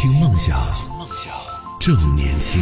听梦想，正年轻。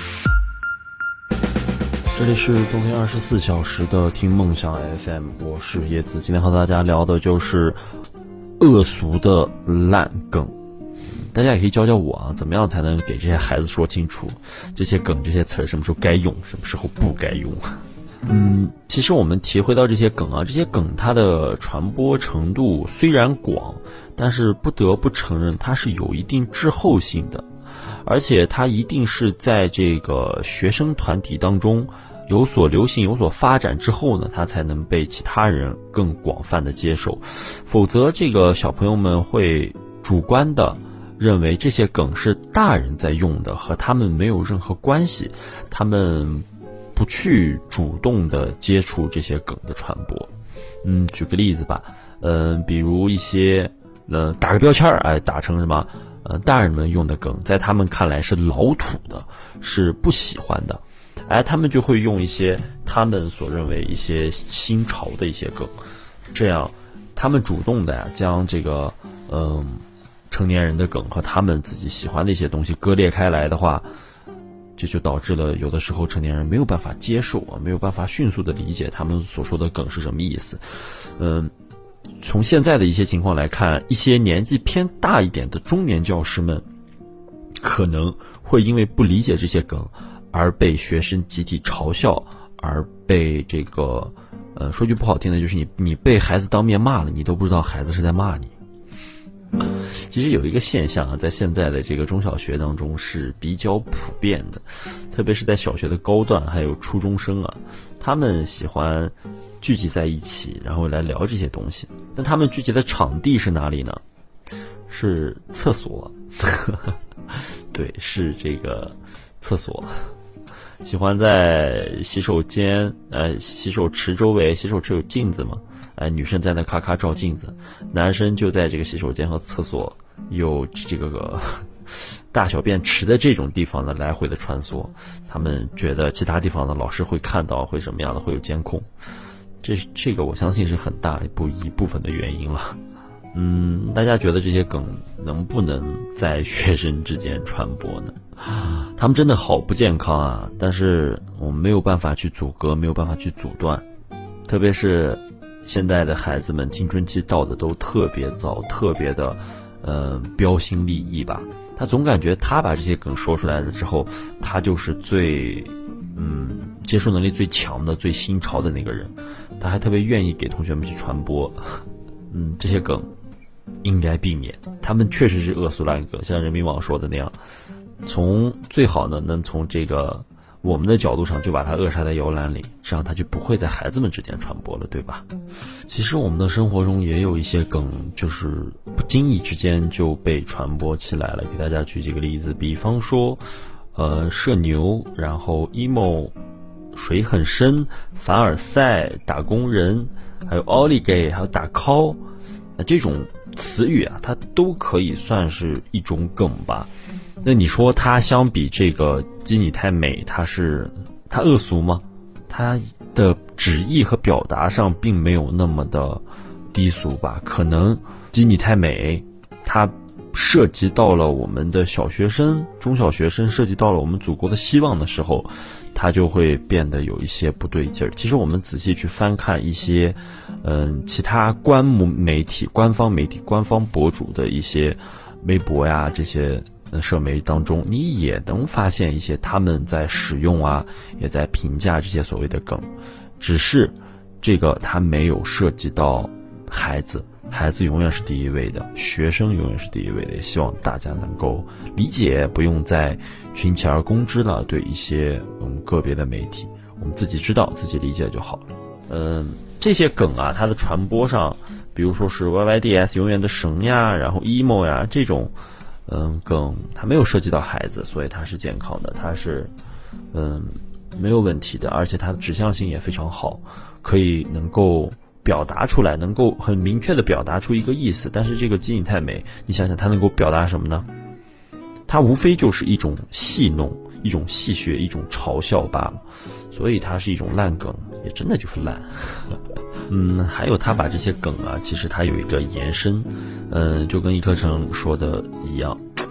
这里是冬天24小时的听梦想 FM， 我是叶子。今天和大家聊的就是恶俗的烂梗。大家也可以教教我啊，怎么样才能给这些孩子说清楚这些梗、这些词儿什么时候该用，什么时候不该用。其实我们体会到这些梗啊，这些梗它的传播程度虽然广，但是不得不承认它是有一定滞后性的，而且它一定是在这个学生团体当中有所流行、有所发展之后呢，它才能被其他人更广泛的接受。否则这个小朋友们会主观的认为这些梗是大人在用的，和他们没有任何关系，他们不去主动的接触这些梗的传播。举个例子吧，比如一些打个标签打成什么大人们用的梗，在他们看来是老土的，是不喜欢的，他们就会用一些他们所认为一些新潮的一些梗，这样他们主动的将这个成年人的梗和他们自己喜欢的一些东西割裂开来的话，这就导致了有的时候成年人没有办法接受没有办法迅速的理解他们所说的梗是什么意思。从现在的一些情况来看，一些年纪偏大一点的中年教师们可能会因为不理解这些梗而被学生集体嘲笑，而被这个说句不好听的，就是你被孩子当面骂了，你都不知道孩子是在骂你。其实有一个现象在现在的这个中小学当中是比较普遍的，特别是在小学的高段还有初中生他们喜欢聚集在一起，然后来聊这些东西。但他们聚集的场地是哪里呢？是厕所。对，是这个厕所。喜欢在洗手间洗手池周围，洗手池有镜子嘛，女生在那咔咔照镜子，男生就在这个洗手间和厕所有这个大小便池的这种地方呢来回的穿梭。他们觉得其他地方的老师会看到，会什么样的，会有监控。这个我相信是很大一部分的原因了。大家觉得这些梗能不能在学生之间传播呢？他们真的好不健康但是我们没有办法去阻隔，没有办法去阻断。特别是现在的孩子们青春期到的都特别早，特别的标新立异吧。他总感觉他把这些梗说出来了之后，他就是最接受能力最强的、最新潮的那个人。他还特别愿意给同学们去传播。这些梗应该避免，他们确实是恶俗烂梗，像人民网说的那样，最好呢能从这个我们的角度上就把它扼杀在摇篮里，这样它就不会在孩子们之间传播了，对吧？其实我们的生活中也有一些梗，就是不经意之间就被传播起来了。给大家举几个例子，比方说社牛，然后 emo， 水很深，凡尔赛，打工人，还有奥利给，还有打 call，这种词语它都可以算是一种梗吧。那你说它相比这个基你太美，它恶俗吗？它的旨意和表达上并没有那么的低俗吧。可能基你太美它涉及到了我们的小学生、中小学生，涉及到了我们祖国的希望的时候，它就会变得有一些不对劲儿。其实我们仔细去翻看一些其他官方媒体、官方博主的一些微博呀，这些社媒当中，你也能发现一些他们在使用也在评价这些所谓的梗，只是这个它没有涉及到孩子永远是第一位的，学生永远是第一位的。也希望大家能够理解，不用再群起而攻之了。对一些个别的媒体，我们自己知道自己理解就好了。这些梗它的传播上，比如说是 YYDS 永远的神呀，然后 emo 呀，这种梗它没有涉及到孩子，所以它是健康的，它是没有问题的，而且它的指向性也非常好，可以能够表达出来，能够很明确的表达出一个意思。但是这个基你太美，你想想它能够表达什么呢？它无非就是一种戏弄，一种戏谑，一种嘲笑罢了。所以它是一种烂梗，也真的就是烂。还有他把这些梗其实它有一个延伸，就跟易课程说的一样，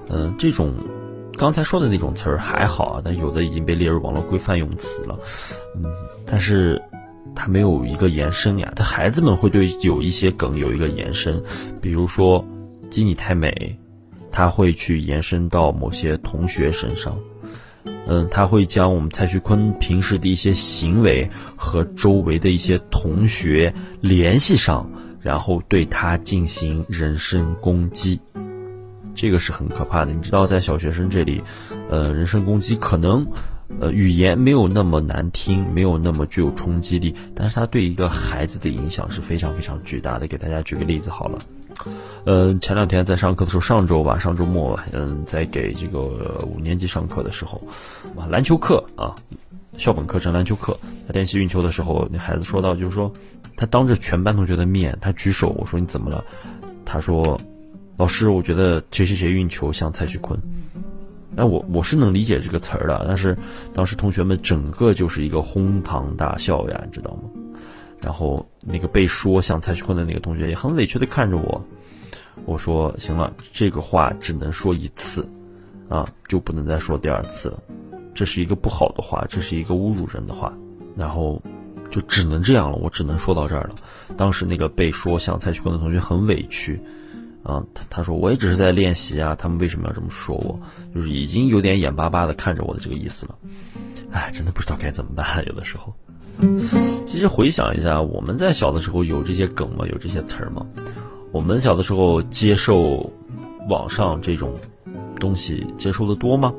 这种刚才说的那种词儿还好啊，但有的已经被列入网络规范用词了。但是它没有一个延伸呀，他孩子们会对有一些梗有一个延伸，比如说鸡你太美，他会去延伸到某些同学身上。他会将我们蔡徐坤平时的一些行为和周围的一些同学联系上，然后对他进行人身攻击。这个是很可怕的。你知道在小学生这里，人身攻击可能语言没有那么难听，没有那么具有冲击力，但是它对一个孩子的影响是非常非常巨大的。给大家举个例子好了，前2天在上课的时候，上周末在给这个5年级上课的时候，篮球课啊，校本课程篮球课，在练习运球的时候，那孩子说到，就是说他当着全班同学的面，他举手，我说你怎么了？他说老师，我觉得谁谁谁运球像蔡徐坤。我是能理解这个词儿的，但是当时同学们整个就是一个哄堂大笑呀，你知道吗？然后那个被说像蔡徐坤的那个同学也很委屈的看着我，我说行了，这个话只能说一次啊，就不能再说第2次了，这是一个不好的话，这是一个侮辱人的话，然后就只能这样了，我只能说到这儿了。当时那个被说像蔡徐坤的同学很委屈啊，他说我也只是在练习啊，他们为什么要这么说我？就是已经有点眼巴巴的看着我的这个意思了。真的不知道该怎么办，有的时候。其实回想一下，我们在小的时候有这些梗吗？有这些词儿吗？我们小的时候接受网上这种东西接受的多吗？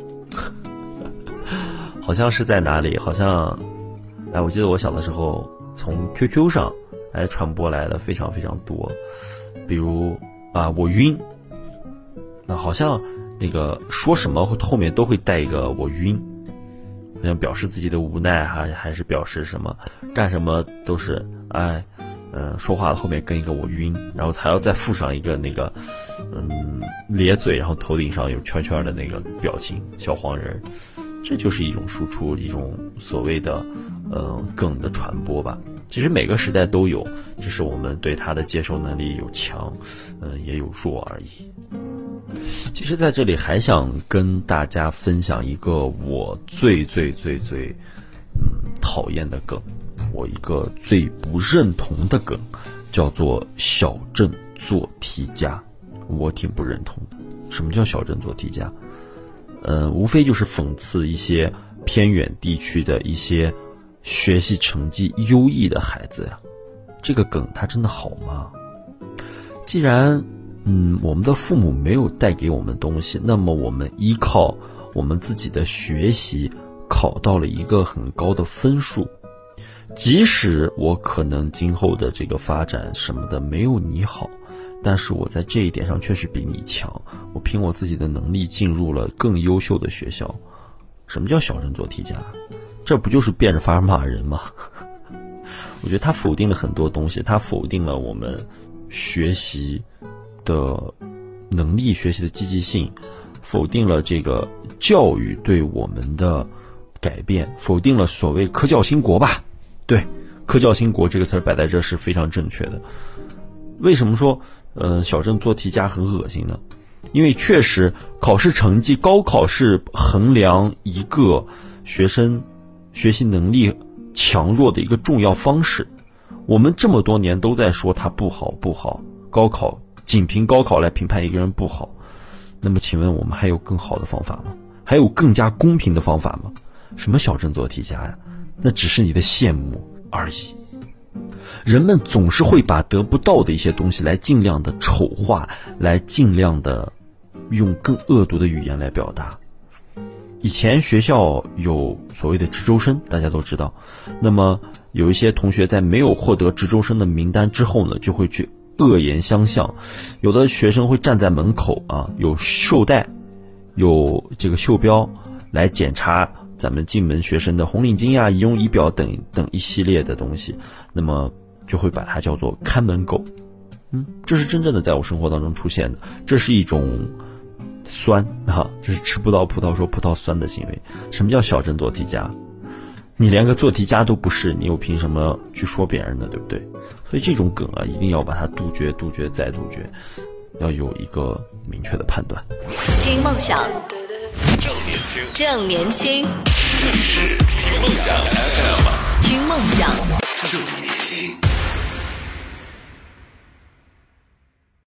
好像是在哪里？好像，我记得我小的时候从 QQ 上传播来的非常非常多，比如我晕，那好像那个说什么后面都会带一个我晕，好像表示自己的无奈还是表示什么，干什么都是说话的后面跟一个我晕，然后还要再附上一个那个咧嘴，然后头顶上有圈圈的那个表情小黄人。这就是一种输出，一种所谓的梗的传播吧。其实每个时代都有，只是我们对它的接受能力有强也有弱而已。其实在这里还想跟大家分享一个我最讨厌的梗，我一个最不认同的梗，叫做小镇做题家。我挺不认同的。什么叫小镇做题家？无非就是讽刺一些偏远地区的一些学习成绩优异的孩子呀。这个梗它真的好吗？既然我们的父母没有带给我们东西，那么我们依靠我们自己的学习考到了一个很高的分数，即使我可能今后的这个发展什么的没有你好，但是我在这一点上确实比你强，我凭我自己的能力进入了更优秀的学校。什么叫小镇做题家？这不就是变着法骂人吗？我觉得他否定了很多东西，他否定了我们学习的能力，学习的积极性，否定了这个教育对我们的改变，否定了所谓科教兴国吧。对，科教兴国这个词儿摆在这是非常正确的。为什么说小镇做题家很恶心呢？因为确实考试成绩，高考是衡量一个学生学习能力强弱的一个重要方式。我们这么多年都在说它不好，高考仅凭高考来评判一个人不好，那么请问我们还有更好的方法吗？还有更加公平的方法吗？什么小镇做题家呀？那只是你的羡慕而已。人们总是会把得不到的一些东西来尽量的丑化，来尽量的用更恶毒的语言来表达。以前学校有所谓的值周生，大家都知道，那么有一些同学在没有获得值周生的名单之后呢，就会去恶言相向，有的学生会站在门口有绶带，有这个袖标来检查咱们进门学生的红领巾仪容仪表等一系列的东西，那么就会把它叫做看门狗。这是真正的在我生活当中出现的，这是一种酸这是吃不到葡萄说葡萄酸的行为。什么叫小镇做题家？你连个做题家都不是，你又凭什么去说别人呢？对不对？所以这种梗一定要把它杜绝再杜绝。 要有一个明确的判断。 听梦想， 正年轻， 正年轻。 这里是听梦想